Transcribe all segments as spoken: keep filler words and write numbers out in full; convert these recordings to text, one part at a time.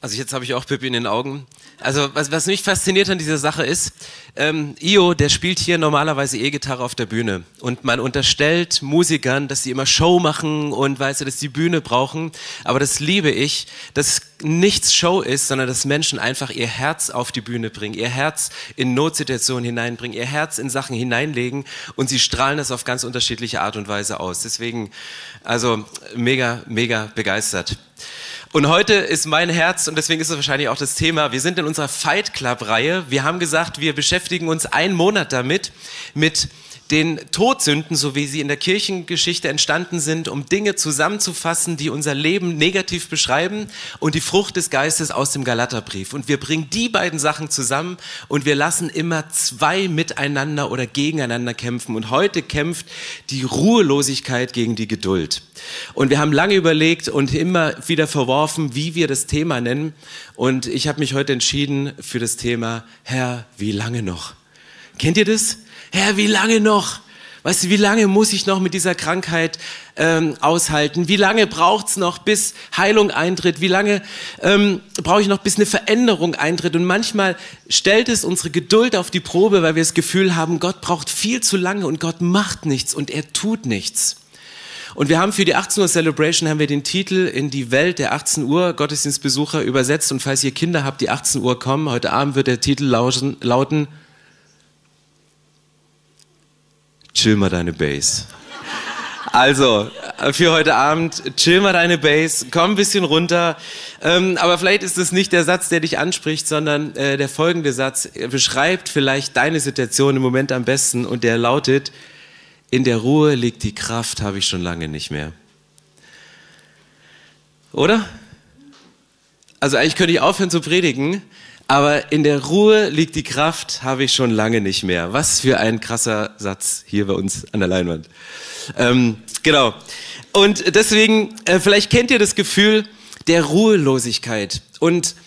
Also jetzt habe ich auch Pippi in den Augen. Also was, was mich fasziniert an dieser Sache ist, ähm, Io, der spielt hier normalerweise E-Gitarre auf der Bühne und man unterstellt Musikern, dass sie immer Show machen und weißt du, dass die Bühne brauchen, aber das liebe ich, dass nichts Show ist, sondern dass Menschen einfach ihr Herz auf die Bühne bringen, ihr Herz in Notsituationen hineinbringen, ihr Herz in Sachen hineinlegen und sie strahlen das auf ganz unterschiedliche Art und Weise aus. Deswegen, also mega, mega begeistert. Und heute ist mein Herz, und deswegen ist es wahrscheinlich auch das Thema, wir sind in unserer Fight Club-Reihe. Wir haben gesagt, wir beschäftigen uns einen Monat damit, mit den Todsünden, so wie sie in der Kirchengeschichte entstanden sind, um Dinge zusammenzufassen, die unser Leben negativ beschreiben, und die Frucht des Geistes aus dem Galaterbrief. Und wir bringen die beiden Sachen zusammen und wir lassen immer zwei miteinander oder gegeneinander kämpfen. Und heute kämpft die Ruhelosigkeit gegen die Geduld. Und wir haben lange überlegt und immer wieder verworfen, wie wir das Thema nennen. Und ich habe mich heute entschieden für das Thema, Herr, wie lange noch? Kennt ihr das? Herr, wie lange noch? Weißt du, wie lange muss ich noch mit dieser Krankheit ähm, aushalten? Wie lange braucht's noch, bis Heilung eintritt? Wie lange ähm, brauche ich noch, bis eine Veränderung eintritt? Und manchmal stellt es unsere Geduld auf die Probe, weil wir das Gefühl haben, Gott braucht viel zu lange und Gott macht nichts und er tut nichts. Und wir haben für die achtzehn Uhr Celebration haben wir den Titel in die Welt der achtzehn Uhr Gottesdienstbesucher übersetzt. Und falls ihr Kinder habt, die achtzehn Uhr kommen, heute Abend wird der Titel lauten, lauten Chill mal deine Bass. Also, für heute Abend, chill mal deine Bass, komm ein bisschen runter. Ähm, aber vielleicht ist es nicht der Satz, der dich anspricht, sondern äh, der folgende Satz beschreibt vielleicht deine Situation im Moment am besten und der lautet, in der Ruhe liegt die Kraft, habe ich schon lange nicht mehr. Oder? Also eigentlich könnte ich aufhören zu predigen, aber in der Ruhe liegt die Kraft, habe ich schon lange nicht mehr. Was für ein krasser Satz hier bei uns an der Leinwand. Ähm, genau. Und deswegen, äh, vielleicht kennt ihr das Gefühl der Ruhelosigkeit und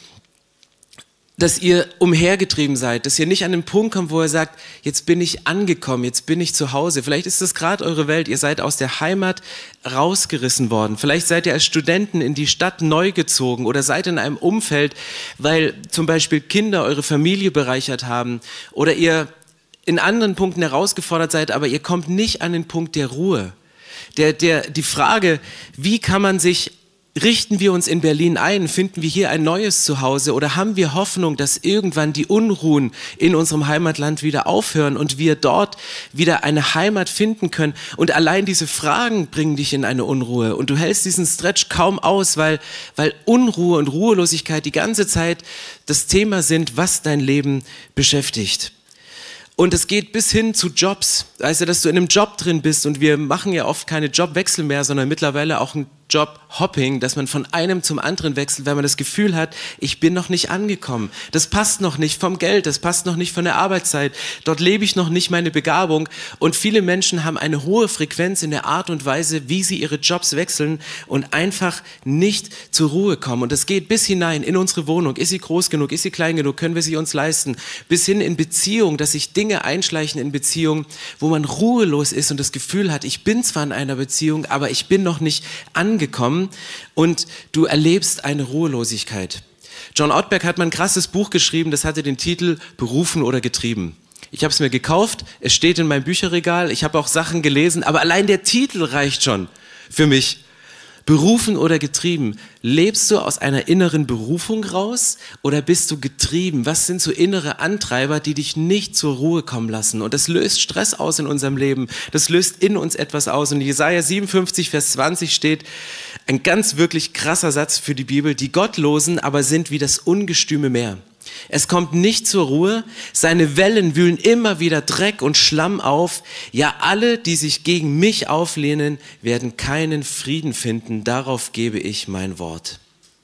dass ihr umhergetrieben seid, dass ihr nicht an den Punkt kommt, wo ihr sagt, jetzt bin ich angekommen, jetzt bin ich zu Hause. Vielleicht ist das gerade eure Welt, ihr seid aus der Heimat rausgerissen worden. Vielleicht seid ihr als Studenten in die Stadt neu gezogen oder seid in einem Umfeld, weil zum Beispiel Kinder eure Familie bereichert haben oder ihr in anderen Punkten herausgefordert seid, aber ihr kommt nicht an den Punkt der Ruhe. Der, der, die Frage, wie kann man sich richten wir uns in Berlin ein? Finden wir hier ein neues Zuhause? Oder haben wir Hoffnung, dass irgendwann die Unruhen in unserem Heimatland wieder aufhören und wir dort wieder eine Heimat finden können? Und allein diese Fragen bringen dich in eine Unruhe. Und du hältst diesen Stretch kaum aus, weil, weil Unruhe und Ruhelosigkeit die ganze Zeit das Thema sind, was dein Leben beschäftigt. Und es geht bis hin zu Jobs. Also, dass du in einem Job drin bist und wir machen ja oft keine Jobwechsel mehr, sondern mittlerweile auch ein Jobhopping, dass man von einem zum anderen wechselt, weil man das Gefühl hat, ich bin noch nicht angekommen. Das passt noch nicht vom Geld, das passt noch nicht von der Arbeitszeit. Dort lebe ich noch nicht meine Begabung. Und viele Menschen haben eine hohe Frequenz in der Art und Weise, wie sie ihre Jobs wechseln und einfach nicht zur Ruhe kommen. Und das geht bis hinein in unsere Wohnung. Ist sie groß genug? Ist sie klein genug? Können wir sie uns leisten? Bis hin in Beziehung, dass sich Dinge einschleichen in Beziehungen, wo man ruhelos ist und das Gefühl hat, ich bin zwar in einer Beziehung, aber ich bin noch nicht angekommen. Gekommen und du erlebst eine Ruhelosigkeit. John Ortberg hat mal ein krasses Buch geschrieben, das hatte den Titel Berufen oder getrieben. Ich habe es mir gekauft, es steht in meinem Bücherregal, ich habe auch Sachen gelesen, aber allein der Titel reicht schon für mich. Berufen oder getrieben? Lebst du aus einer inneren Berufung raus oder bist du getrieben? Was sind so innere Antreiber, die dich nicht zur Ruhe kommen lassen? Und das löst Stress aus in unserem Leben. Das löst in uns etwas aus. Und in Jesaja siebenundfünfzig, Vers zwanzig steht ein ganz wirklich krasser Satz für die Bibel. Die Gottlosen aber sind wie das ungestüme Meer. Es kommt nicht zur Ruhe, seine Wellen wühlen immer wieder Dreck und Schlamm auf. Ja, alle, die sich gegen mich auflehnen, werden keinen Frieden finden. Darauf gebe ich mein Wort.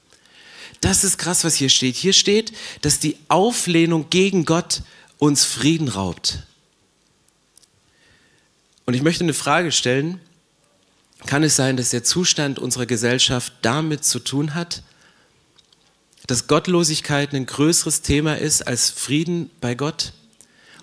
Das ist krass, was hier steht. Hier steht, dass die Auflehnung gegen Gott uns Frieden raubt. Und ich möchte eine Frage stellen. Kann es sein, dass der Zustand unserer Gesellschaft damit zu tun hat, dass Gottlosigkeit ein größeres Thema ist als Frieden bei Gott?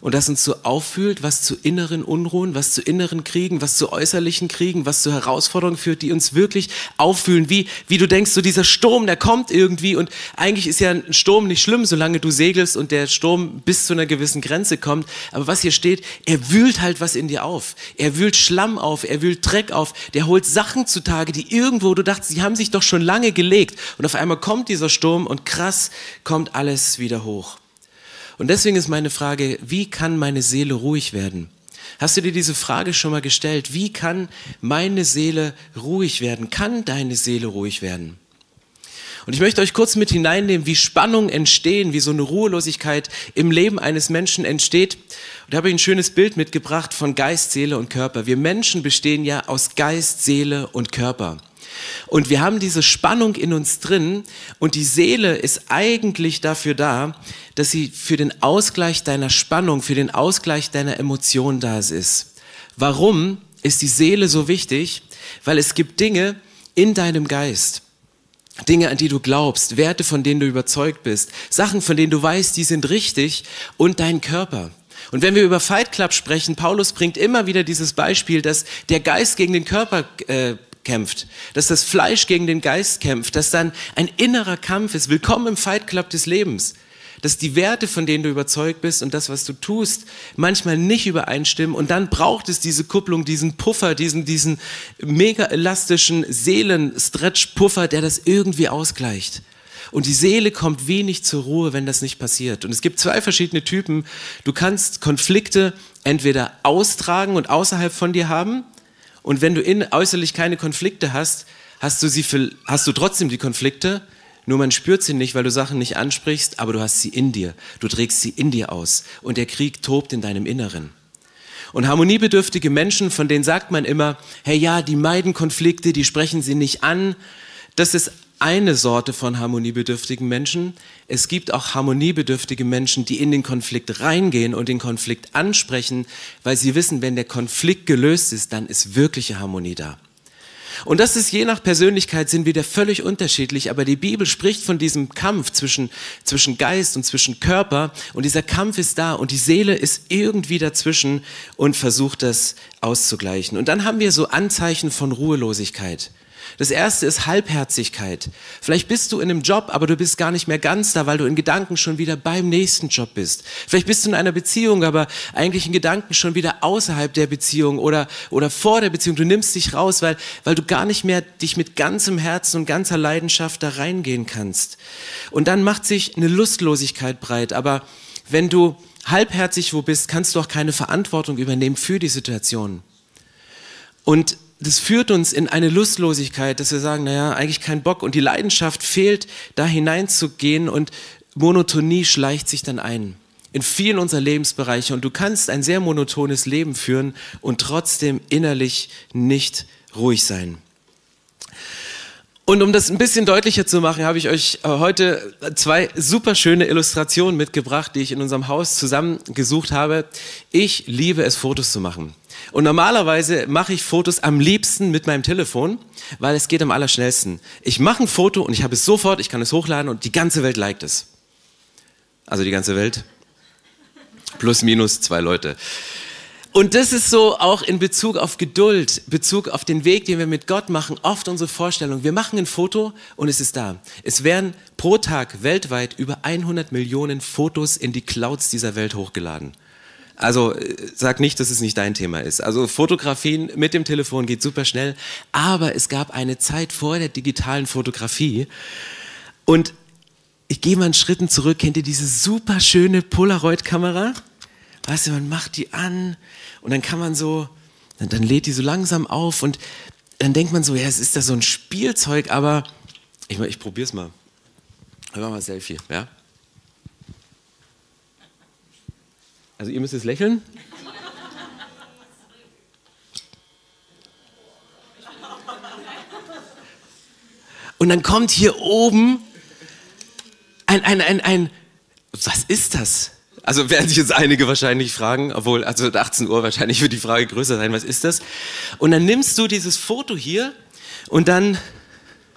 und das uns so auffühlt, was zu inneren Unruhen, was zu inneren Kriegen, was zu äußerlichen Kriegen, was zu Herausforderungen führt, die uns wirklich auffühlen, wie, wie du denkst, so dieser Sturm, der kommt irgendwie und eigentlich ist ja ein Sturm nicht schlimm, solange du segelst und der Sturm bis zu einer gewissen Grenze kommt, aber was hier steht, er wühlt halt was in dir auf, er wühlt Schlamm auf, er wühlt Dreck auf, der holt Sachen zutage, die irgendwo, du dachtest, sie haben sich doch schon lange gelegt und auf einmal kommt dieser Sturm und krass kommt alles wieder hoch. Und deswegen ist meine Frage, wie kann meine Seele ruhig werden? Hast du dir diese Frage schon mal gestellt? Wie kann meine Seele ruhig werden? Kann deine Seele ruhig werden? Und ich möchte euch kurz mit hineinnehmen, wie Spannungen entstehen, wie so eine Ruhelosigkeit im Leben eines Menschen entsteht. Und da habe ich ein schönes Bild mitgebracht von Geist, Seele und Körper. Wir Menschen bestehen ja aus Geist, Seele und Körper. Und wir haben diese Spannung in uns drin und die Seele ist eigentlich dafür da, dass sie für den Ausgleich deiner Spannung, für den Ausgleich deiner Emotionen da ist. Warum ist die Seele so wichtig? Weil es gibt Dinge in deinem Geist, Dinge, an die du glaubst, Werte, von denen du überzeugt bist, Sachen, von denen du weißt, die sind richtig und dein Körper. Und wenn wir über Fight Club sprechen, Paulus bringt immer wieder dieses Beispiel, dass der Geist gegen den Körper äh, kämpft, dass das Fleisch gegen den Geist kämpft, dass dann ein innerer Kampf ist. Willkommen im Fight Club des Lebens. Dass die Werte, von denen du überzeugt bist und das, was du tust, manchmal nicht übereinstimmen und dann braucht es diese Kupplung, diesen Puffer, diesen, diesen mega elastischen Seelen-Stretch-Puffer, der das irgendwie ausgleicht. Und die Seele kommt wenig zur Ruhe, wenn das nicht passiert. Und es gibt zwei verschiedene Typen. Du kannst Konflikte entweder austragen und außerhalb von dir haben. Und wenn du in, äußerlich keine Konflikte hast, hast du, sie für, hast du trotzdem die Konflikte, nur man spürt sie nicht, weil du Sachen nicht ansprichst, aber du hast sie in dir. Du trägst sie in dir aus und der Krieg tobt in deinem Inneren. Und harmoniebedürftige Menschen, von denen sagt man immer, hey ja, die meiden Konflikte, die sprechen sie nicht an. Das ist eine Sorte von harmoniebedürftigen Menschen. Es gibt auch harmoniebedürftige Menschen, die in den Konflikt reingehen und den Konflikt ansprechen, weil sie wissen, wenn der Konflikt gelöst ist, dann ist wirkliche Harmonie da. Und das ist, je nach Persönlichkeit sind wir da völlig unterschiedlich, aber die Bibel spricht von diesem Kampf zwischen, zwischen Geist und zwischen Körper und dieser Kampf ist da und die Seele ist irgendwie dazwischen und versucht das auszugleichen. Und dann haben wir so Anzeichen von Ruhelosigkeit. Das erste ist Halbherzigkeit. Vielleicht bist du in einem Job, aber du bist gar nicht mehr ganz da, weil du in Gedanken schon wieder beim nächsten Job bist. Vielleicht bist du in einer Beziehung, aber eigentlich in Gedanken schon wieder außerhalb der Beziehung oder, oder vor der Beziehung. Du nimmst dich raus, weil, weil du gar nicht mehr dich mit ganzem Herzen und ganzer Leidenschaft da reingehen kannst. Und dann macht sich eine Lustlosigkeit breit. Aber wenn du halbherzig wo bist, kannst du auch keine Verantwortung übernehmen für die Situation. Und das führt uns in eine Lustlosigkeit, dass wir sagen, naja, eigentlich kein Bock und die Leidenschaft fehlt, da hineinzugehen und Monotonie schleicht sich dann ein. In vielen unserer Lebensbereiche und du kannst ein sehr monotones Leben führen und trotzdem innerlich nicht ruhig sein. Und um das ein bisschen deutlicher zu machen, habe ich euch heute zwei super schöne Illustrationen mitgebracht, die ich in unserem Haus zusammengesucht habe. Ich liebe es, Fotos zu machen. Und normalerweise mache ich Fotos am liebsten mit meinem Telefon, weil es geht am allerschnellsten. Ich mache ein Foto und ich habe es sofort, ich kann es hochladen und die ganze Welt liked es. Also die ganze Welt. Plus, minus zwei Leute. Und das ist so auch in Bezug auf Geduld, Bezug auf den Weg, den wir mit Gott machen, oft unsere Vorstellung. Wir machen ein Foto und es ist da. Es werden pro Tag weltweit über hundert Millionen Fotos in die Clouds dieser Welt hochgeladen. Also sag nicht, dass es nicht dein Thema ist. Also Fotografien mit dem Telefon geht super schnell, aber es gab eine Zeit vor der digitalen Fotografie und ich gehe mal einen Schritt zurück. Kennt ihr diese super schöne Polaroid-Kamera? Weißt du, man macht die an und dann kann man so, dann, dann lädt die so langsam auf und dann denkt man so, ja, es ist da so ein Spielzeug, aber ich, ich probiere es mal. Ich mache mal ein Selfie, ja? Also ihr müsst jetzt lächeln. Und dann kommt hier oben ein, ein, ein, ein, was ist das? Also werden sich jetzt einige wahrscheinlich fragen, obwohl, also achtzehn Uhr wahrscheinlich wird die Frage größer sein, was ist das? Und dann nimmst du dieses Foto hier und dann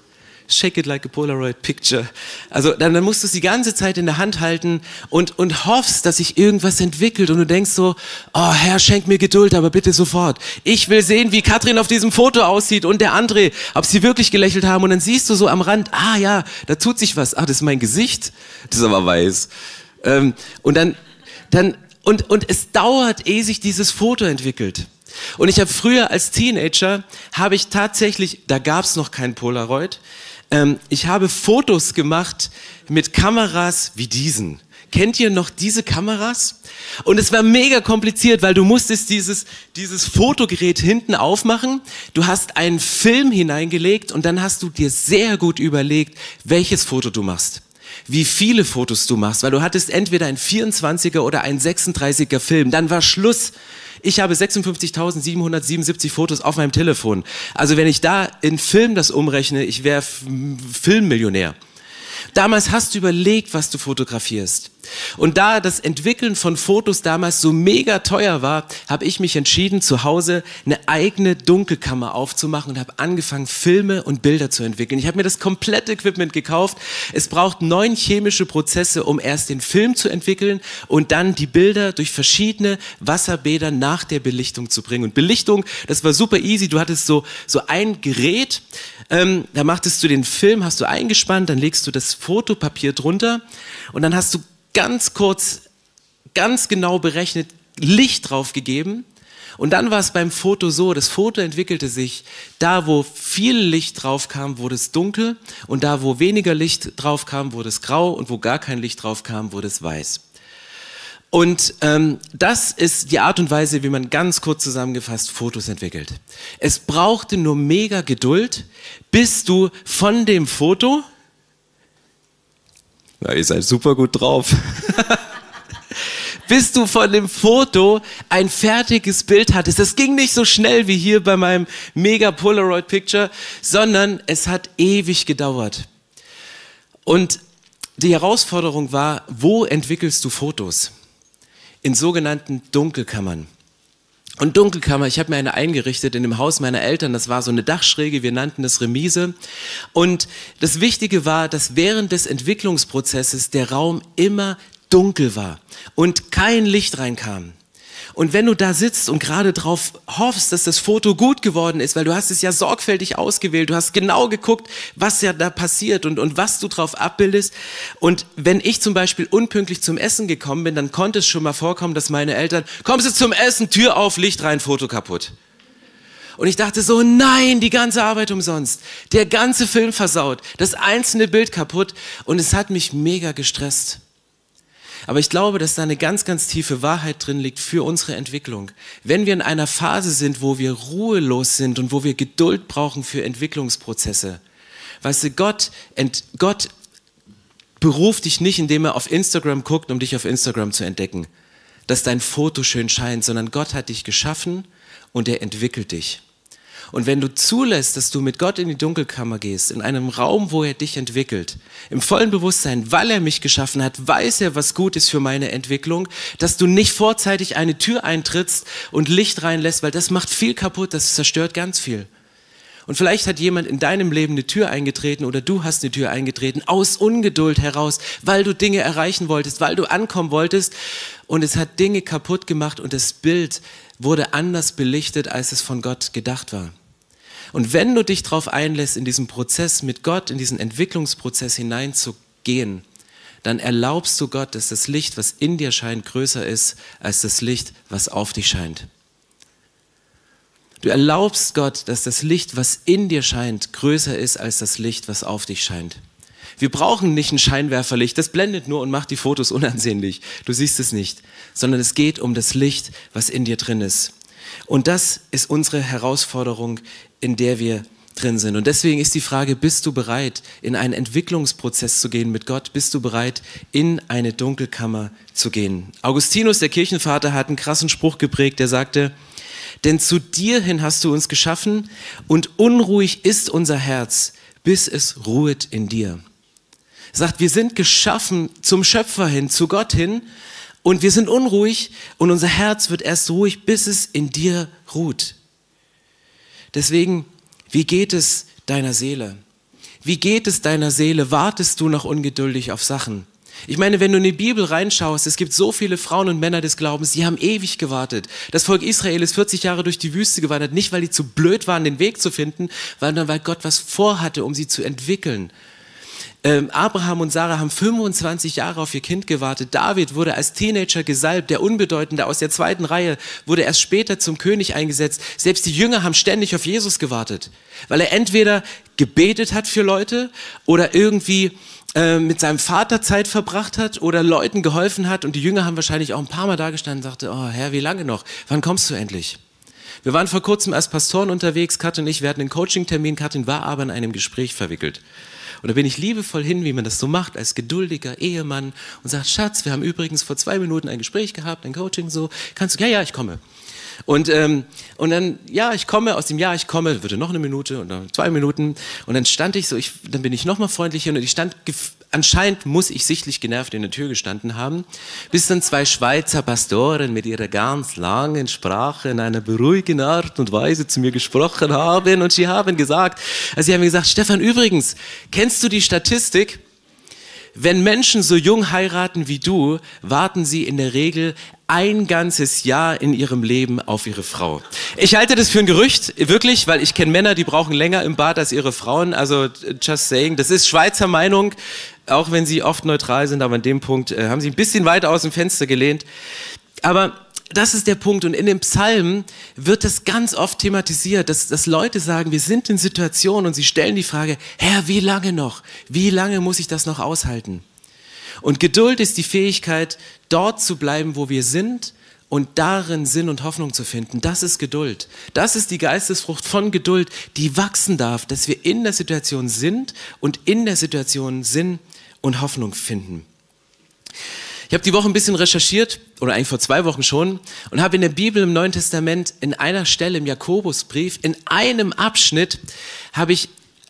Shake it like a Polaroid picture. Also dann, dann musst du es die ganze Zeit in der Hand halten und, und hoffst, dass sich irgendwas entwickelt und du denkst so, oh Herr, schenk mir Geduld, aber bitte sofort. Ich will sehen, wie Katrin auf diesem Foto aussieht und der André, ob sie wirklich gelächelt haben und dann siehst du so am Rand, ah ja, da tut sich was, ah, das ist mein Gesicht, das ist aber weiß. Ähm, und dann, dann und, und es dauert, ehe sich dieses Foto entwickelt. Und ich habe früher als Teenager, habe ich tatsächlich, da gab es noch kein Polaroid, ähm, ich habe Fotos gemacht mit Kameras wie diesen. Kennt ihr noch diese Kameras? Und es war mega kompliziert, weil du musstest dieses, dieses Fotogerät hinten aufmachen, du hast einen Film hineingelegt und dann hast du dir sehr gut überlegt, welches Foto du machst. Wie viele Fotos du machst, weil du hattest entweder ein vierundzwanziger oder ein sechsunddreißiger Film, dann war Schluss. Ich habe sechsundfünfzigtausendsiebenhundertsiebenundsiebzig Fotos auf meinem Telefon. Also wenn ich da in Film das umrechne, ich wäre Filmmillionär. Damals hast du überlegt, was du fotografierst. Und da das Entwickeln von Fotos damals so mega teuer war, habe ich mich entschieden, zu Hause eine eigene Dunkelkammer aufzumachen und habe angefangen, Filme und Bilder zu entwickeln. Ich habe mir das komplette Equipment gekauft. Es braucht neun chemische Prozesse, um erst den Film zu entwickeln und dann die Bilder durch verschiedene Wasserbäder nach der Belichtung zu bringen. Und Belichtung, das war super easy. Du hattest so, so ein Gerät, ähm, da machtest du den Film, hast du eingespannt, dann legst du das Fotopapier drunter und dann hast du ganz kurz, ganz genau berechnet, Licht drauf gegeben. Und dann war es beim Foto so, das Foto entwickelte sich, da wo viel Licht drauf kam, wurde es dunkel und da wo weniger Licht drauf kam, wurde es grau und wo gar kein Licht drauf kam, wurde es weiß. Und ähm, das ist die Art und Weise, wie man ganz kurz zusammengefasst Fotos entwickelt. Es brauchte nur mega Geduld, bis du von dem Foto... Ja, ihr seid super gut drauf. Bis du von dem Foto ein fertiges Bild hattest. Das ging nicht so schnell wie hier bei meinem mega Polaroid Picture, sondern es hat ewig gedauert. Und die Herausforderung war, wo entwickelst du Fotos? In sogenannten Dunkelkammern. Und Dunkelkammer, ich habe mir eine eingerichtet in dem Haus meiner Eltern, das war so eine Dachschräge, wir nannten das Remise. Und das Wichtige war, dass während des Entwicklungsprozesses der Raum immer dunkel war und kein Licht reinkam. Und wenn du da sitzt und gerade drauf hoffst, dass das Foto gut geworden ist, weil du hast es ja sorgfältig ausgewählt, du hast genau geguckt, was ja da passiert und, und was du drauf abbildest. Und wenn ich zum Beispiel unpünktlich zum Essen gekommen bin, dann konnte es schon mal vorkommen, dass meine Eltern, kommst du zum Essen, Tür auf, Licht rein, Foto kaputt. Und ich dachte so, nein, die ganze Arbeit umsonst, der ganze Film versaut, das einzelne Bild kaputt und es hat mich mega gestresst. Aber ich glaube, dass da eine ganz, ganz tiefe Wahrheit drin liegt für unsere Entwicklung. Wenn wir in einer Phase sind, wo wir ruhelos sind und wo wir Geduld brauchen für Entwicklungsprozesse. Weißt du, Gott, ent, Gott beruft dich nicht, indem er auf Instagram guckt, um dich auf Instagram zu entdecken, dass dein Foto schön scheint, sondern Gott hat dich geschaffen und er entwickelt dich. Und wenn du zulässt, dass du mit Gott in die Dunkelkammer gehst, in einem Raum, wo er dich entwickelt, im vollen Bewusstsein, weil er mich geschaffen hat, weiß er, was gut ist für meine Entwicklung, dass du nicht vorzeitig eine Tür eintrittst und Licht reinlässt, weil das macht viel kaputt, das zerstört ganz viel. Und vielleicht hat jemand in deinem Leben eine Tür eingetreten oder du hast eine Tür eingetreten, aus Ungeduld heraus, weil du Dinge erreichen wolltest, weil du ankommen wolltest und es hat Dinge kaputt gemacht und das Bild wurde anders belichtet, als es von Gott gedacht war. Und wenn du dich darauf einlässt, in diesen Prozess mit Gott, in diesen Entwicklungsprozess hineinzugehen, dann erlaubst du Gott, dass das Licht, was in dir scheint, größer ist als das Licht, was auf dich scheint. Du erlaubst Gott, dass das Licht, was in dir scheint, größer ist als das Licht, was auf dich scheint. Wir brauchen nicht ein Scheinwerferlicht, das blendet nur und macht die Fotos unansehnlich. Du siehst es nicht, sondern es geht um das Licht, was in dir drin ist. Und das ist unsere Herausforderung, in der wir drin sind. Und deswegen ist die Frage, bist du bereit, in einen Entwicklungsprozess zu gehen mit Gott? Bist du bereit, in eine Dunkelkammer zu gehen? Augustinus, der Kirchenvater, hat einen krassen Spruch geprägt, der sagte, denn zu dir hin hast du uns geschaffen und unruhig ist unser Herz, bis es ruhet in dir. Er sagt, wir sind geschaffen zum Schöpfer hin, zu Gott hin und wir sind unruhig und unser Herz wird erst ruhig, bis es in dir ruht. Deswegen, wie geht es deiner Seele? Wie geht es deiner Seele? Wartest du noch ungeduldig auf Sachen? Ich meine, wenn du in die Bibel reinschaust, es gibt so viele Frauen und Männer des Glaubens, die haben ewig gewartet. Das Volk Israel ist vierzig Jahre durch die Wüste gewandert, nicht weil die zu blöd waren, den Weg zu finden, sondern weil Gott was vorhatte, um sie zu entwickeln. Ähm, Abraham und Sarah haben fünfundzwanzig Jahre auf ihr Kind gewartet. David wurde als Teenager gesalbt, der Unbedeutende aus der zweiten Reihe wurde erst später zum König eingesetzt. Selbst die Jünger haben ständig auf Jesus gewartet, weil er entweder gebetet hat für Leute oder irgendwie äh, mit seinem Vater Zeit verbracht hat oder Leuten geholfen hat. Und die Jünger haben wahrscheinlich auch ein paar Mal da gestanden und sagte, oh Herr, wie lange noch? Wann kommst du endlich? Wir waren vor kurzem als Pastoren unterwegs, Katrin und ich, wir hatten einen Coaching-Termin, Katrin war aber in einem Gespräch verwickelt. Und da bin ich liebevoll hin, wie man das so macht, als geduldiger Ehemann und sagt, Schatz, wir haben übrigens vor zwei Minuten ein Gespräch gehabt, ein Coaching so, kannst du, ja, ja, ich komme. Und, ähm, und dann, ja, ich komme, aus dem Ja, ich komme, würde noch eine Minute und dann zwei Minuten und dann stand ich so, ich, dann bin ich nochmal freundlicher und ich stand, anscheinend muss ich sichtlich genervt in der Tür gestanden haben, bis dann zwei Schweizer Pastoren mit ihrer ganz langen Sprache in einer beruhigenden Art und Weise zu mir gesprochen haben und sie haben gesagt, also sie haben gesagt, Stefan, übrigens, kennst du die Statistik? Wenn Menschen so jung heiraten wie du, warten sie in der Regel ein ganzes Jahr in ihrem Leben auf ihre Frau. Ich halte das für ein Gerücht, wirklich, weil ich kenne Männer, die brauchen länger im Bad als ihre Frauen. Also just saying, das ist Schweizer Meinung, auch wenn sie oft neutral sind, aber an dem Punkt äh, haben sie ein bisschen weiter aus dem Fenster gelehnt. Aber das ist der Punkt und in den Psalmen wird das ganz oft thematisiert, dass, dass Leute sagen, wir sind in Situationen und sie stellen die Frage, Herr, wie lange noch? Wie lange muss ich das noch aushalten? Und Geduld ist die Fähigkeit, dort zu bleiben, wo wir sind und darin Sinn und Hoffnung zu finden. Das ist Geduld. Das ist die Geistesfrucht von Geduld, die wachsen darf, dass wir in der Situation sind und in der Situation Sinn und Hoffnung finden. Ich habe die Woche ein bisschen recherchiert, oder eigentlich vor zwei Wochen schon, und habe in der Bibel im Neuen Testament in einer Stelle im Jakobusbrief, in einem Abschnitt, habe ich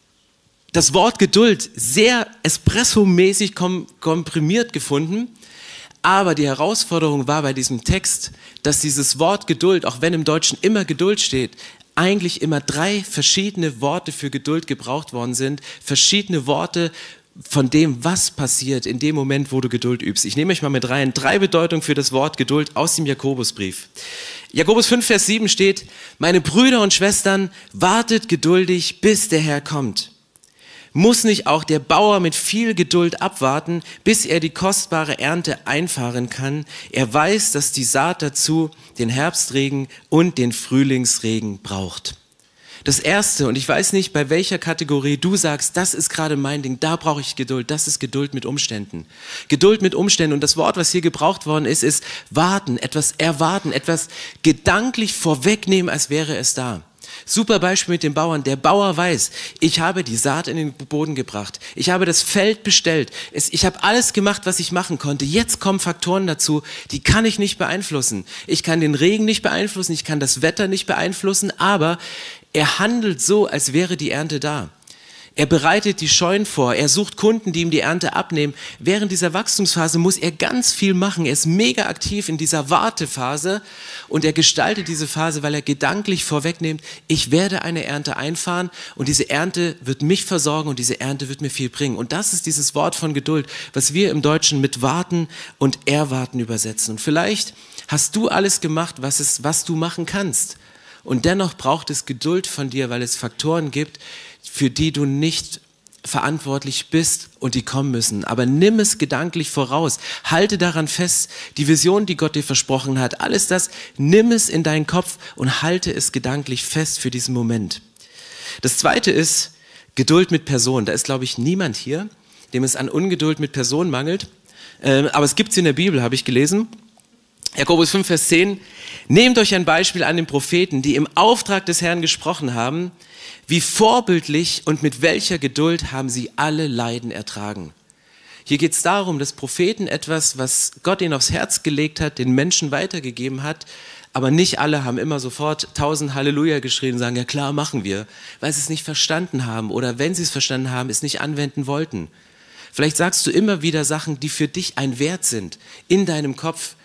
das Wort Geduld sehr espressomäßig kom- komprimiert gefunden. Aber die Herausforderung war bei diesem Text, dass dieses Wort Geduld, auch wenn im Deutschen immer Geduld steht, eigentlich immer drei verschiedene Worte für Geduld gebraucht worden sind, verschiedene Worte von dem, was passiert in dem Moment, wo du Geduld übst. Ich nehme euch mal mit rein. Drei Bedeutungen für das Wort Geduld aus dem Jakobusbrief. Jakobus fünf, Vers sieben steht, meine Brüder und Schwestern, wartet geduldig, bis der Herr kommt. Muss nicht auch der Bauer mit viel Geduld abwarten, bis er die kostbare Ernte einfahren kann? Er weiß, dass die Saat dazu den Herbstregen und den Frühlingsregen braucht. Das Erste, und ich weiß nicht, bei welcher Kategorie du sagst, das ist gerade mein Ding, da brauche ich Geduld, das ist Geduld mit Umständen. Geduld mit Umständen, und das Wort, was hier gebraucht worden ist, ist warten, etwas erwarten, etwas gedanklich vorwegnehmen, als wäre es da. Super Beispiel mit dem Bauern. Der Bauer weiß, ich habe die Saat in den Boden gebracht. Ich habe das Feld bestellt. Es, ich habe alles gemacht, was ich machen konnte. Jetzt kommen Faktoren dazu, die kann ich nicht beeinflussen. Ich kann den Regen nicht beeinflussen, ich kann das Wetter nicht beeinflussen, aber er handelt so, als wäre die Ernte da. Er bereitet die Scheunen vor, er sucht Kunden, die ihm die Ernte abnehmen. Während dieser Wachstumsphase muss er ganz viel machen. Er ist mega aktiv in dieser Wartephase und er gestaltet diese Phase, weil er gedanklich vorwegnimmt, ich werde eine Ernte einfahren und diese Ernte wird mich versorgen und diese Ernte wird mir viel bringen. Und das ist dieses Wort von Geduld, was wir im Deutschen mit warten und erwarten übersetzen. Und vielleicht hast du alles gemacht, was, es, was du machen kannst. Und dennoch braucht es Geduld von dir, weil es Faktoren gibt, für die du nicht verantwortlich bist und die kommen müssen. Aber nimm es gedanklich voraus. Halte daran fest, die Vision, die Gott dir versprochen hat, alles das, nimm es in deinen Kopf und halte es gedanklich fest für diesen Moment. Das Zweite ist Geduld mit Personen. Da ist, glaube ich, niemand hier, dem es an Ungeduld mit Personen mangelt. Ähm, aber es gibt es in der Bibel, habe ich gelesen. Jakobus fünf, Vers zehn. Nehmt euch ein Beispiel an den Propheten, die im Auftrag des Herrn gesprochen haben. Wie vorbildlich und mit welcher Geduld haben sie alle Leiden ertragen. Hier geht es darum, dass Propheten etwas, was Gott ihnen aufs Herz gelegt hat, den Menschen weitergegeben hat, aber nicht alle haben immer sofort tausend Halleluja geschrien und sagen, ja klar, machen wir, weil sie es nicht verstanden haben oder wenn sie es verstanden haben, es nicht anwenden wollten. Vielleicht sagst du immer wieder Sachen, die für dich ein Wert sind, in deinem Kopf,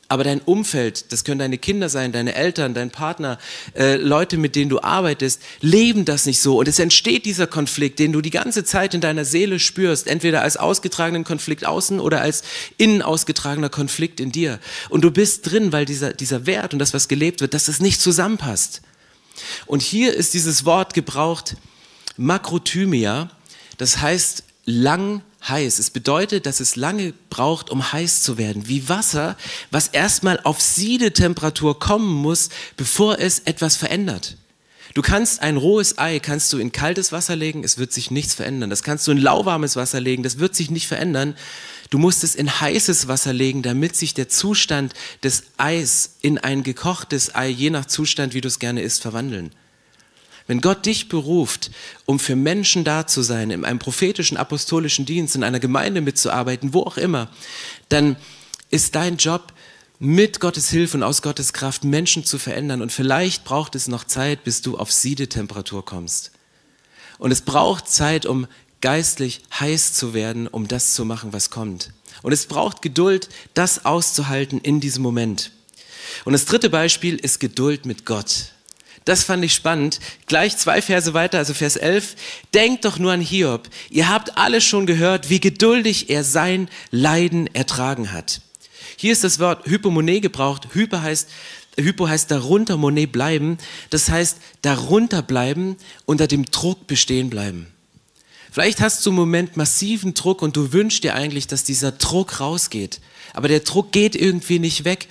Aber dein Umfeld, das können deine Kinder sein, deine Eltern, dein Partner, äh, Leute, mit denen du arbeitest, leben das nicht so. Und es entsteht dieser Konflikt, den du die ganze Zeit in deiner Seele spürst, entweder als ausgetragenen Konflikt außen oder als innen ausgetragener Konflikt in dir. Und du bist drin, weil dieser, dieser Wert und das, was gelebt wird, dass es nicht zusammenpasst. Und hier ist dieses Wort gebraucht, Makrothymia, das heißt lang heiß. Es bedeutet, dass es lange braucht, um heiß zu werden. Wie Wasser, was erstmal auf Siedetemperatur kommen muss, bevor es etwas verändert. Du kannst ein rohes Ei, kannst du in kaltes Wasser legen, es wird sich nichts verändern. Das kannst du in lauwarmes Wasser legen, das wird sich nicht verändern. Du musst es in heißes Wasser legen, damit sich der Zustand des Eis in ein gekochtes Ei, je nach Zustand, wie du es gerne isst, verwandeln. Wenn Gott dich beruft, um für Menschen da zu sein, in einem prophetischen, apostolischen Dienst, in einer Gemeinde mitzuarbeiten, wo auch immer, dann ist dein Job, mit Gottes Hilfe und aus Gottes Kraft Menschen zu verändern. Und vielleicht braucht es noch Zeit, bis du auf Siedetemperatur kommst. Und es braucht Zeit, um geistlich heiß zu werden, um das zu machen, was kommt. Und es braucht Geduld, das auszuhalten in diesem Moment. Und das dritte Beispiel ist Geduld mit Gott. Das fand ich spannend. Gleich zwei Verse weiter, also Vers elf. Denkt doch nur an Hiob. Ihr habt alle schon gehört, wie geduldig er sein Leiden ertragen hat. Hier ist das Wort Hypomone gebraucht. Hypo heißt, Hypo heißt darunter, Mone bleiben. Das heißt, darunter bleiben, unter dem Druck bestehen bleiben. Vielleicht hast du im Moment massiven Druck und du wünschst dir eigentlich, dass dieser Druck rausgeht. Aber der Druck geht irgendwie nicht weg.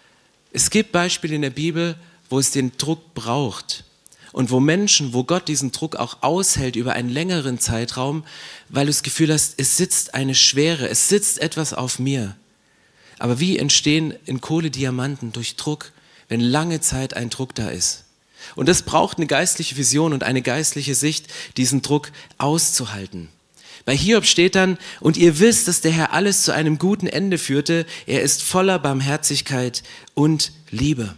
Es gibt Beispiele in der Bibel, wo es den Druck braucht und wo Menschen, wo Gott diesen Druck auch aushält über einen längeren Zeitraum, weil du das Gefühl hast, es sitzt eine Schwere, es sitzt etwas auf mir. Aber wie entstehen in Kohle Diamanten durch Druck, wenn lange Zeit ein Druck da ist? Und das braucht eine geistliche Vision und eine geistliche Sicht, diesen Druck auszuhalten. Bei Hiob steht dann, und ihr wisst, dass der Herr alles zu einem guten Ende führte, er ist voller Barmherzigkeit und Liebe.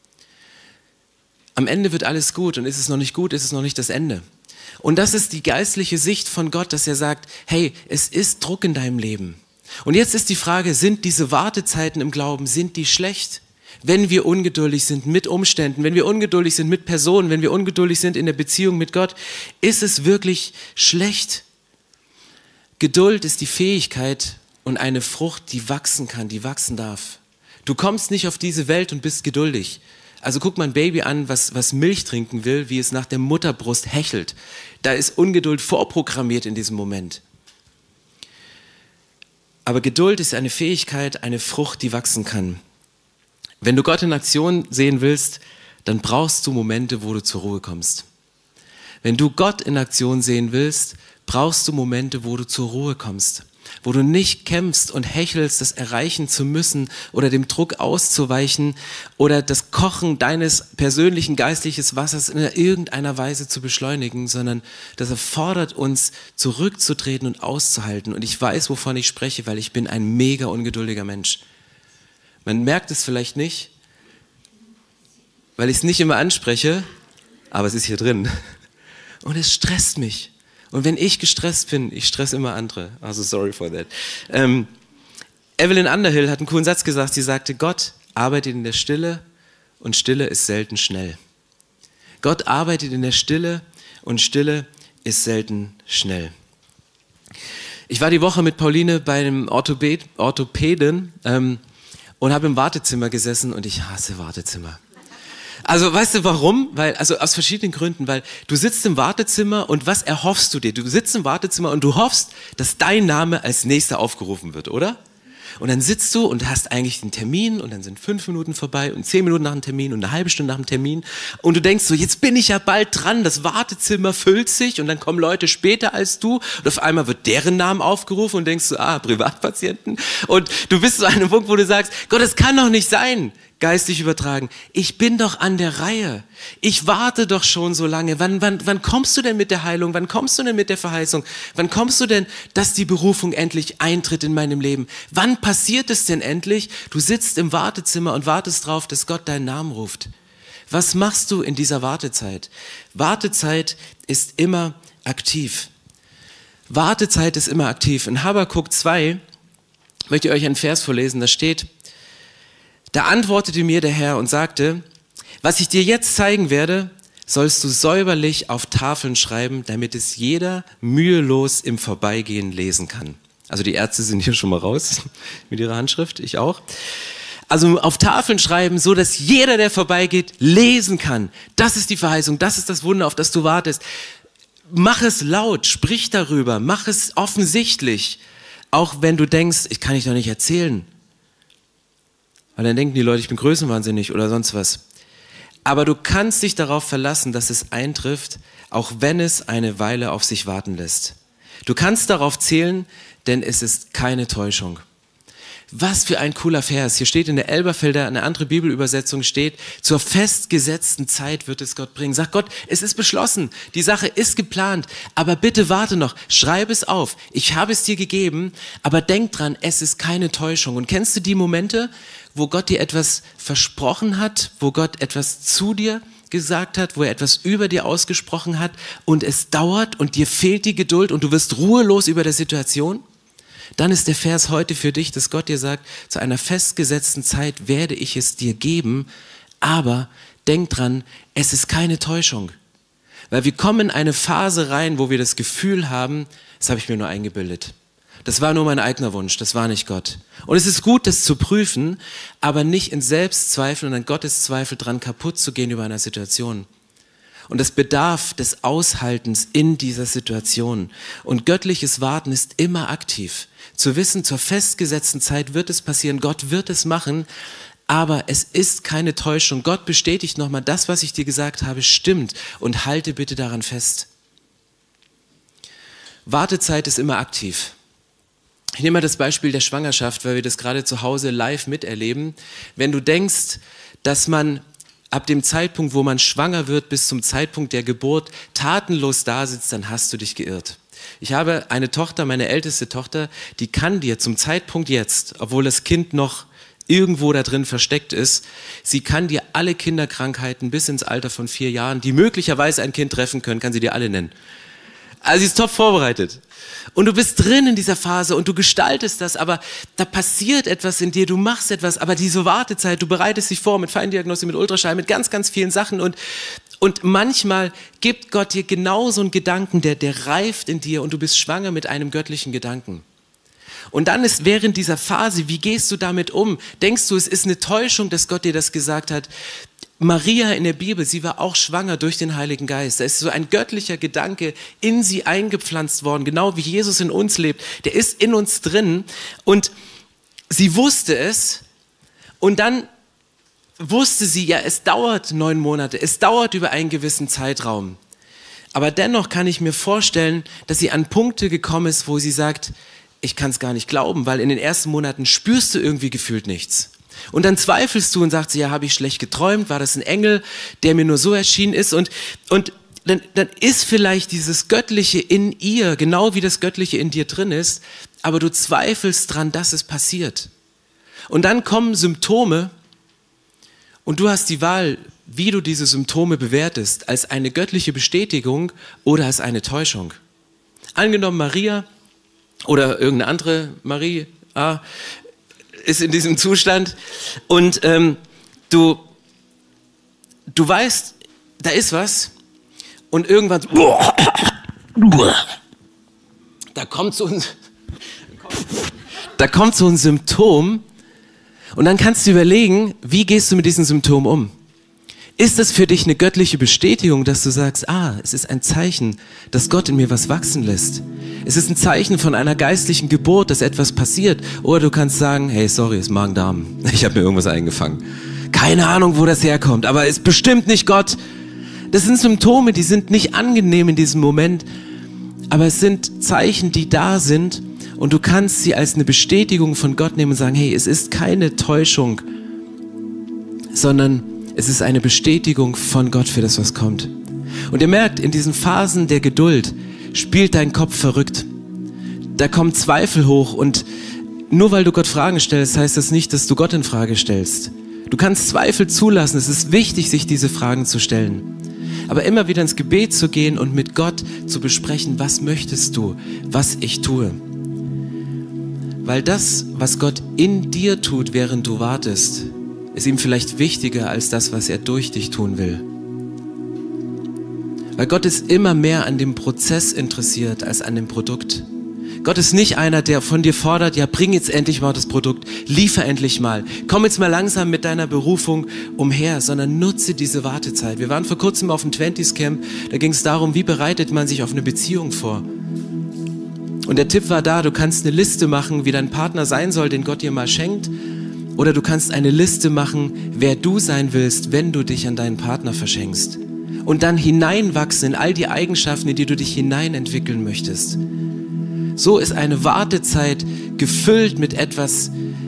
Am Ende wird alles gut und ist es noch nicht gut, ist es noch nicht das Ende. Und das ist die geistliche Sicht von Gott, dass er sagt, hey, es ist Druck in deinem Leben. Und jetzt ist die Frage, sind diese Wartezeiten im Glauben, sind die schlecht? Wenn wir ungeduldig sind mit Umständen, wenn wir ungeduldig sind mit Personen, wenn wir ungeduldig sind in der Beziehung mit Gott, ist es wirklich schlecht? Geduld ist die Fähigkeit und eine Frucht, die wachsen kann, die wachsen darf. Du kommst nicht auf diese Welt und bist geduldig. Also guck mal ein Baby an, was, was Milch trinken will, wie es nach der Mutterbrust hechelt. Da ist Ungeduld vorprogrammiert in diesem Moment. Aber Geduld ist eine Fähigkeit, eine Frucht, die wachsen kann. Wenn du Gott in Aktion sehen willst, dann brauchst du Momente, wo du zur Ruhe kommst. Wenn du Gott in Aktion sehen willst, brauchst du Momente, wo du zur Ruhe kommst. Wo du nicht kämpfst und hechelst, das erreichen zu müssen oder dem Druck auszuweichen oder das Kochen deines persönlichen geistlichen Wassers in irgendeiner Weise zu beschleunigen, sondern das erfordert uns, zurückzutreten und auszuhalten. Und ich weiß, wovon ich spreche, weil ich bin ein mega ungeduldiger Mensch. Man merkt es vielleicht nicht, weil ich es nicht immer anspreche, aber es ist hier drin. Und es stresst mich. Und wenn ich gestresst bin, ich stress immer andere. Also sorry for that. Ähm, Evelyn Underhill hat einen coolen Satz gesagt. Sie sagte, Gott arbeitet in der Stille und Stille ist selten schnell. Gott arbeitet in der Stille und Stille ist selten schnell. Ich war die Woche mit Pauline bei einem Orthopäd, Orthopäden ähm, und habe im Wartezimmer gesessen und ich hasse Wartezimmer. Also weißt du warum? Weil, also aus verschiedenen Gründen, weil du sitzt im Wartezimmer und was erhoffst du dir? Du sitzt im Wartezimmer und du hoffst, dass dein Name als nächster aufgerufen wird, oder? Und dann sitzt du und hast eigentlich den Termin und dann sind fünf Minuten vorbei und zehn Minuten nach dem Termin und eine halbe Stunde nach dem Termin und du denkst so, jetzt bin ich ja bald dran, das Wartezimmer füllt sich und dann kommen Leute später als du und auf einmal wird deren Namen aufgerufen und denkst so, ah, Privatpatienten und du bist so an einem Punkt, wo du sagst, Gott, das kann doch nicht sein. Geistlich übertragen, ich bin doch an der Reihe. Ich warte doch schon so lange. Wann, wann, wann kommst du denn mit der Heilung? Wann kommst du denn mit der Verheißung? Wann kommst du denn, dass die Berufung endlich eintritt in meinem Leben? Wann passiert es denn endlich? Du sitzt im Wartezimmer und wartest drauf, dass Gott deinen Namen ruft. Was machst du in dieser Wartezeit? Wartezeit ist immer aktiv. Wartezeit ist immer aktiv. In Habakuk zwei möchte ich euch einen Vers vorlesen, da steht, Da antwortete mir der Herr und sagte, was ich dir jetzt zeigen werde, sollst du säuberlich auf Tafeln schreiben, damit es jeder mühelos im Vorbeigehen lesen kann. Also die Ärzte sind hier schon mal raus mit ihrer Handschrift, ich auch. Also auf Tafeln schreiben, so dass jeder, der vorbeigeht, lesen kann. Das ist die Verheißung, das ist das Wunder, auf das du wartest. Mach es laut, sprich darüber, mach es offensichtlich. Auch wenn du denkst, ich kann ich doch nicht erzählen. Weil dann denken die Leute, ich bin größenwahnsinnig oder sonst was. Aber du kannst dich darauf verlassen, dass es eintrifft, auch wenn es eine Weile auf sich warten lässt. Du kannst darauf zählen, denn es ist keine Täuschung. Was für ein cooler Vers. Hier steht in der Elberfelder, eine andere Bibelübersetzung steht, zur festgesetzten Zeit wird es Gott bringen. Sag Gott, es ist beschlossen, die Sache ist geplant, aber bitte warte noch, schreib es auf. Ich habe es dir gegeben, aber denk dran, es ist keine Täuschung. Und kennst du die Momente, wo Gott dir etwas versprochen hat, wo Gott etwas zu dir gesagt hat, wo er etwas über dir ausgesprochen hat und es dauert und dir fehlt die Geduld und du wirst ruhelos über der Situation? Dann ist der Vers heute für dich, dass Gott dir sagt, zu einer festgesetzten Zeit werde ich es dir geben, aber denk dran, es ist keine Täuschung. Weil wir kommen in eine Phase rein, wo wir das Gefühl haben, das habe ich mir nur eingebildet. Das war nur mein eigener Wunsch, das war nicht Gott. Und es ist gut, das zu prüfen, aber nicht in Selbstzweifel und in Gotteszweifel dran kaputt zu gehen über einer Situation. Und es bedarf des Aushaltens in dieser Situation. Und göttliches Warten ist immer aktiv. Zu wissen, zur festgesetzten Zeit wird es passieren, Gott wird es machen, aber es ist keine Täuschung. Gott bestätigt nochmal, das, was ich dir gesagt habe, stimmt und halte bitte daran fest. Wartezeit ist immer aktiv. Ich nehme mal das Beispiel der Schwangerschaft, weil wir das gerade zu Hause live miterleben. Wenn du denkst, dass man ab dem Zeitpunkt, wo man schwanger wird, bis zum Zeitpunkt der Geburt tatenlos da sitzt, dann hast du dich geirrt. Ich habe eine Tochter, meine älteste Tochter, die kann dir zum Zeitpunkt jetzt, obwohl das Kind noch irgendwo da drin versteckt ist, sie kann dir alle Kinderkrankheiten bis ins Alter von vier Jahren, die möglicherweise ein Kind treffen können, kann sie dir alle nennen. Also sie ist top vorbereitet. Und du bist drin in dieser Phase und du gestaltest das, aber da passiert etwas in dir, du machst etwas, aber diese Wartezeit, du bereitest dich vor mit Feindiagnostik, mit Ultraschall, mit ganz, ganz vielen Sachen und, und manchmal gibt Gott dir genau so einen Gedanken, der, der reift in dir und du bist schwanger mit einem göttlichen Gedanken. Und dann ist während dieser Phase, wie gehst du damit um? Denkst du, es ist eine Täuschung, dass Gott dir das gesagt hat? Maria in der Bibel, sie war auch schwanger durch den Heiligen Geist. Da ist so ein göttlicher Gedanke in sie eingepflanzt worden, genau wie Jesus in uns lebt. Der ist in uns drin und sie wusste es und dann wusste sie, ja, es dauert neun Monate, es dauert über einen gewissen Zeitraum. Aber dennoch kann ich mir vorstellen, dass sie an Punkte gekommen ist, wo sie sagt, ich kann es gar nicht glauben, weil in den ersten Monaten spürst du irgendwie gefühlt nichts. Und dann zweifelst du und sagst, ja, habe ich schlecht geträumt? War das ein Engel, der mir nur so erschienen ist? Und, und dann, dann ist vielleicht dieses Göttliche in ihr, genau wie das Göttliche in dir drin ist, aber du zweifelst dran, dass es passiert. Und dann kommen Symptome und du hast die Wahl, wie du diese Symptome bewertest, als eine göttliche Bestätigung oder als eine Täuschung. Angenommen, Maria oder irgendeine andere Marie, ah, ist in diesem Zustand und ähm, du, du weißt, da ist was und irgendwann da kommt so ein, da kommt so ein Symptom und dann kannst du überlegen, wie gehst du mit diesem Symptom um? Ist das für dich eine göttliche Bestätigung, dass du sagst, ah, es ist ein Zeichen, dass Gott in mir was wachsen lässt? Es ist ein Zeichen von einer geistlichen Geburt, dass etwas passiert. Oder du kannst sagen, hey, sorry, ist Magen-Darm. Ich habe mir irgendwas eingefangen. Keine Ahnung, wo das herkommt, aber ist bestimmt nicht Gott. Das sind Symptome, die sind nicht angenehm in diesem Moment, aber es sind Zeichen, die da sind und du kannst sie als eine Bestätigung von Gott nehmen und sagen, hey, es ist keine Täuschung, sondern es ist eine Bestätigung von Gott für das, was kommt. Und ihr merkt, in diesen Phasen der Geduld spielt dein Kopf verrückt. Da kommen Zweifel hoch und nur weil du Gott Fragen stellst, heißt das nicht, dass du Gott in Frage stellst. Du kannst Zweifel zulassen. Es ist wichtig, sich diese Fragen zu stellen. Aber immer wieder ins Gebet zu gehen und mit Gott zu besprechen, was möchtest du, was ich tue. Weil das, was Gott in dir tut, während du wartest, ist ihm vielleicht wichtiger als das, was er durch dich tun will. Weil Gott ist immer mehr an dem Prozess interessiert als an dem Produkt. Gott ist nicht einer, der von dir fordert, ja, bring jetzt endlich mal das Produkt, liefer endlich mal, komm jetzt mal langsam mit deiner Berufung umher, sondern nutze diese Wartezeit. Wir waren vor kurzem auf dem Twenties Camp, da ging es darum, wie bereitet man sich auf eine Beziehung vor. Und der Tipp war da, du kannst eine Liste machen, wie dein Partner sein soll, den Gott dir mal schenkt, oder du kannst eine Liste machen, wer du sein willst, wenn du dich an deinen Partner verschenkst. Und dann hineinwachsen in all die Eigenschaften, in die du dich hineinentwickeln möchtest. So ist eine Wartezeit gefüllt mit etwas,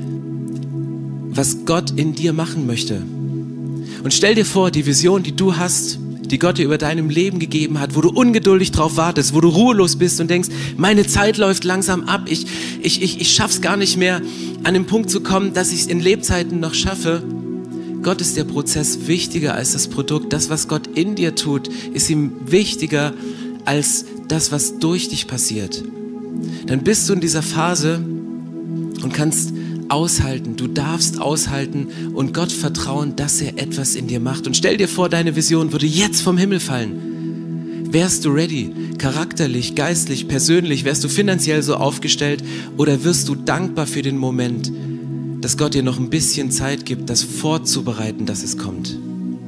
was Gott in dir machen möchte. Und stell dir vor, die Vision, die du hast, die Gott dir über deinem Leben gegeben hat, wo du ungeduldig drauf wartest, wo du ruhelos bist und denkst, meine Zeit läuft langsam ab, ich, ich, ich, ich schaff's gar nicht mehr, an den Punkt zu kommen, dass ich es in Lebzeiten noch schaffe. Gott ist der Prozess wichtiger als das Produkt. Das, was Gott in dir tut, ist ihm wichtiger als das, was durch dich passiert. Dann bist du in dieser Phase und kannst aushalten. Du darfst aushalten und Gott vertrauen, dass er etwas in dir macht. Und stell dir vor, deine Vision würde jetzt vom Himmel fallen. Wärst du ready? Charakterlich, geistlich, persönlich? Wärst du finanziell so aufgestellt? Oder wirst du dankbar für den Moment, dass Gott dir noch ein bisschen Zeit gibt, das vorzubereiten, dass es kommt?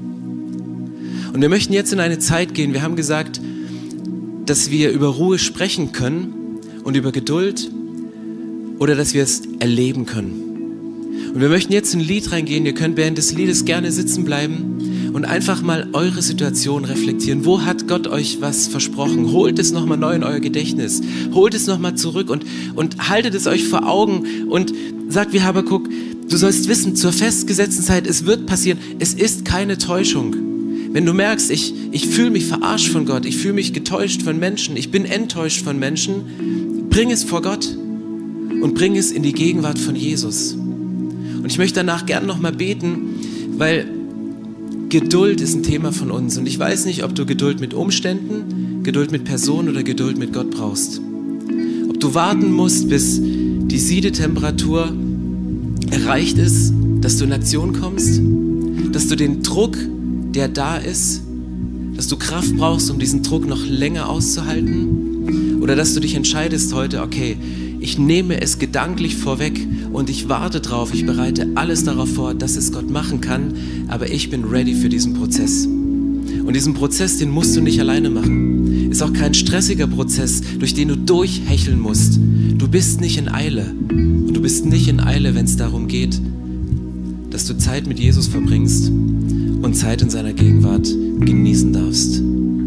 Und wir möchten jetzt in eine Zeit gehen. Wir haben gesagt, dass wir über Ruhe sprechen können und über Geduld oder dass wir es erleben können. Und wir möchten jetzt in ein Lied reingehen. Ihr könnt während des Liedes gerne sitzen bleiben und einfach mal eure Situation reflektieren. Wo hat Gott euch was versprochen? Holt es nochmal neu in euer Gedächtnis. Holt es nochmal zurück und, und haltet es euch vor Augen und sagt wie Habakuk, du sollst wissen, zur festgesetzten Zeit, es wird passieren. Es ist keine Täuschung. Wenn du merkst, ich, ich fühle mich verarscht von Gott, ich fühle mich getäuscht von Menschen, ich bin enttäuscht von Menschen, bring es vor Gott und bring es in die Gegenwart von Jesus. Und ich möchte danach gerne nochmal beten, weil Geduld ist ein Thema von uns. Und ich weiß nicht, ob du Geduld mit Umständen, Geduld mit Personen oder Geduld mit Gott brauchst. Ob du warten musst, bis die Siedetemperatur erreicht ist, dass du in Aktion kommst, dass du den Druck, der da ist, dass du Kraft brauchst, um diesen Druck noch länger auszuhalten, oder dass du dich entscheidest heute, okay, ich nehme es gedanklich vorweg und ich warte drauf, ich bereite alles darauf vor, dass es Gott machen kann, aber ich bin ready für diesen Prozess. Und diesen Prozess, den musst du nicht alleine machen. Ist auch kein stressiger Prozess, durch den du durchhecheln musst. Du bist nicht in Eile. Und du bist nicht in Eile, wenn es darum geht, dass du Zeit mit Jesus verbringst und Zeit in seiner Gegenwart genießen darfst.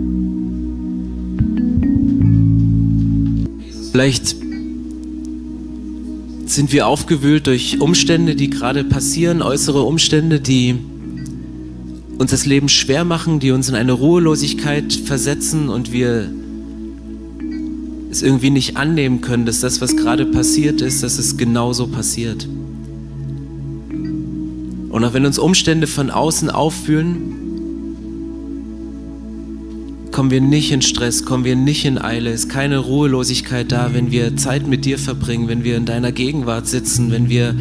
Vielleicht sind wir aufgewühlt durch Umstände, die gerade passieren, äußere Umstände, die uns das Leben schwer machen, die uns in eine Ruhelosigkeit versetzen und wir es irgendwie nicht annehmen können, dass das, was gerade passiert ist, dass es genauso passiert. Und auch wenn uns Umstände von außen auffühlen, kommen wir nicht in Stress, kommen wir nicht in Eile, ist keine Ruhelosigkeit da, wenn wir Zeit mit dir verbringen, wenn wir in deiner Gegenwart sitzen, wenn wir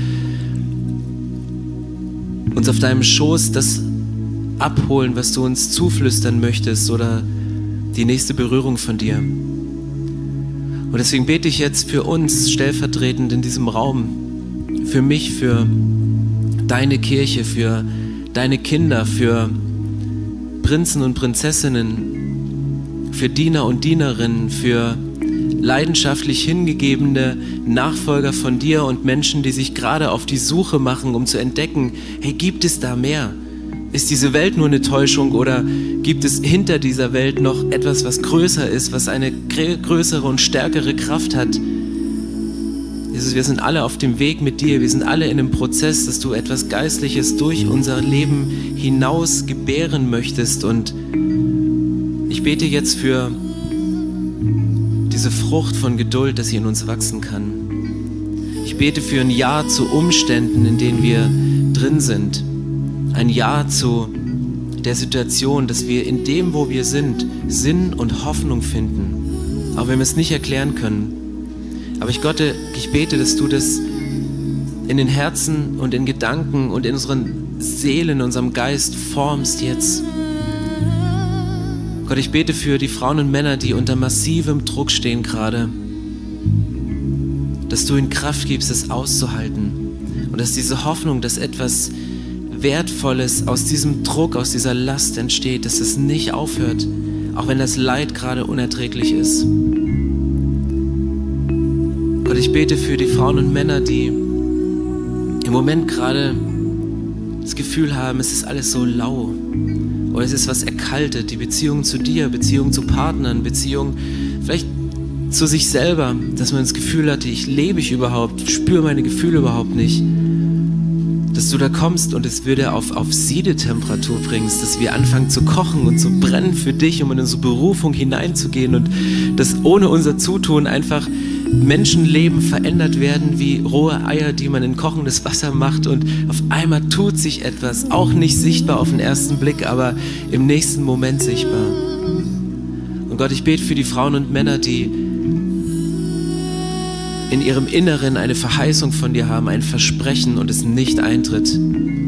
uns auf deinem Schoß das abholen, was du uns zuflüstern möchtest oder die nächste Berührung von dir. Und deswegen bete ich jetzt für uns stellvertretend in diesem Raum, für mich, für deine Kirche, für deine Kinder, für Prinzen und Prinzessinnen, für Diener und Dienerinnen, für leidenschaftlich hingegebene Nachfolger von dir und Menschen, die sich gerade auf die Suche machen, um zu entdecken, hey, gibt es da mehr? Ist diese Welt nur eine Täuschung oder gibt es hinter dieser Welt noch etwas, was größer ist, was eine größere und stärkere Kraft hat? Jesus, wir sind alle auf dem Weg mit dir, wir sind alle in einem Prozess, dass du etwas Geistliches durch unser Leben hinaus gebären möchtest, und ich bete jetzt für diese Frucht von Geduld, dass sie in uns wachsen kann. Ich bete für ein Ja zu Umständen, in denen wir drin sind. Ein Ja zu der Situation, dass wir in dem, wo wir sind, Sinn und Hoffnung finden. Auch wenn wir es nicht erklären können. Aber ich Gott, ich bete, dass du das in den Herzen und in Gedanken und in unseren Seele, in unserem Geist formst jetzt. Gott, ich bete für die Frauen und Männer, die unter massivem Druck stehen gerade, dass du ihnen Kraft gibst, es auszuhalten und dass diese Hoffnung, dass etwas Wertvolles aus diesem Druck, aus dieser Last entsteht, dass es nicht aufhört, auch wenn das Leid gerade unerträglich ist. Gott, ich bete für die Frauen und Männer, die im Moment gerade das Gefühl haben, es ist alles so lau oder es ist was erkaltet, die Beziehung zu dir, Beziehung zu Partnern, Beziehung vielleicht zu sich selber, dass man das Gefühl hatte, ich lebe ich überhaupt, spüre meine Gefühle überhaupt nicht. Dass du da kommst und es wieder auf, auf Siedetemperatur bringst, dass wir anfangen zu kochen und zu brennen für dich, um in unsere Berufung hineinzugehen und dass ohne unser Zutun einfach Menschenleben verändert werden wie rohe Eier, die man in kochendes Wasser macht und auf einmal tut sich etwas, auch nicht sichtbar auf den ersten Blick, aber im nächsten Moment sichtbar. Und Gott, ich bete für die Frauen und Männer, die in ihrem Inneren eine Verheißung von dir haben, ein Versprechen und es nicht eintritt.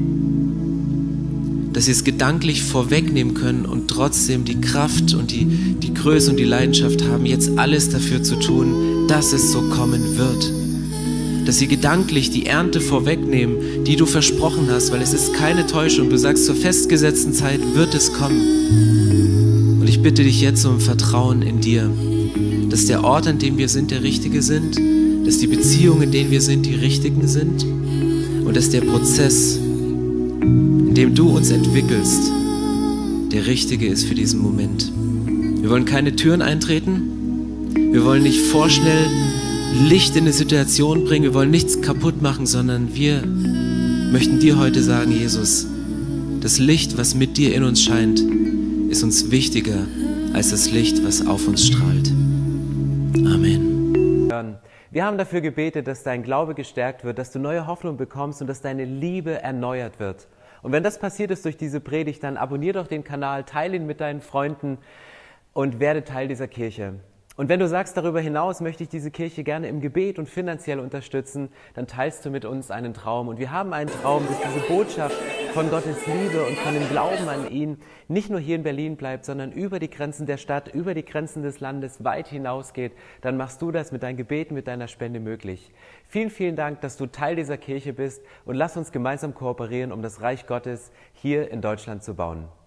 Dass sie es gedanklich vorwegnehmen können und trotzdem die Kraft und die, die Größe und die Leidenschaft haben, jetzt alles dafür zu tun, dass es so kommen wird. Dass sie gedanklich die Ernte vorwegnehmen, die du versprochen hast, weil es ist keine Täuschung. Du sagst, zur festgesetzten Zeit wird es kommen. Und ich bitte dich jetzt um Vertrauen in dir, dass der Ort, an dem wir sind, der richtige sind, dass die Beziehungen, in denen wir sind, die richtigen sind und dass der Prozess, in dem du uns entwickelst, der richtige ist für diesen Moment. Wir wollen keine Türen eintreten, wir wollen nicht vorschnell Licht in eine Situation bringen, wir wollen nichts kaputt machen, sondern wir möchten dir heute sagen, Jesus, das Licht, was mit dir in uns scheint, ist uns wichtiger als das Licht, was auf uns strahlt. Amen. Wir haben dafür gebetet, dass dein Glaube gestärkt wird, dass du neue Hoffnung bekommst und dass deine Liebe erneuert wird. Und wenn das passiert ist durch diese Predigt, dann abonnier doch den Kanal, teile ihn mit deinen Freunden und werde Teil dieser Kirche. Und wenn du sagst, darüber hinaus möchte ich diese Kirche gerne im Gebet und finanziell unterstützen, dann teilst du mit uns einen Traum. Und wir haben einen Traum, dass diese Botschaft von Gottes Liebe und von dem Glauben an ihn nicht nur hier in Berlin bleibt, sondern über die Grenzen der Stadt, über die Grenzen des Landes weit hinausgeht. Dann machst du das mit deinen Gebeten, mit deiner Spende möglich. Vielen, vielen Dank, dass du Teil dieser Kirche bist und lass uns gemeinsam kooperieren, um das Reich Gottes hier in Deutschland zu bauen.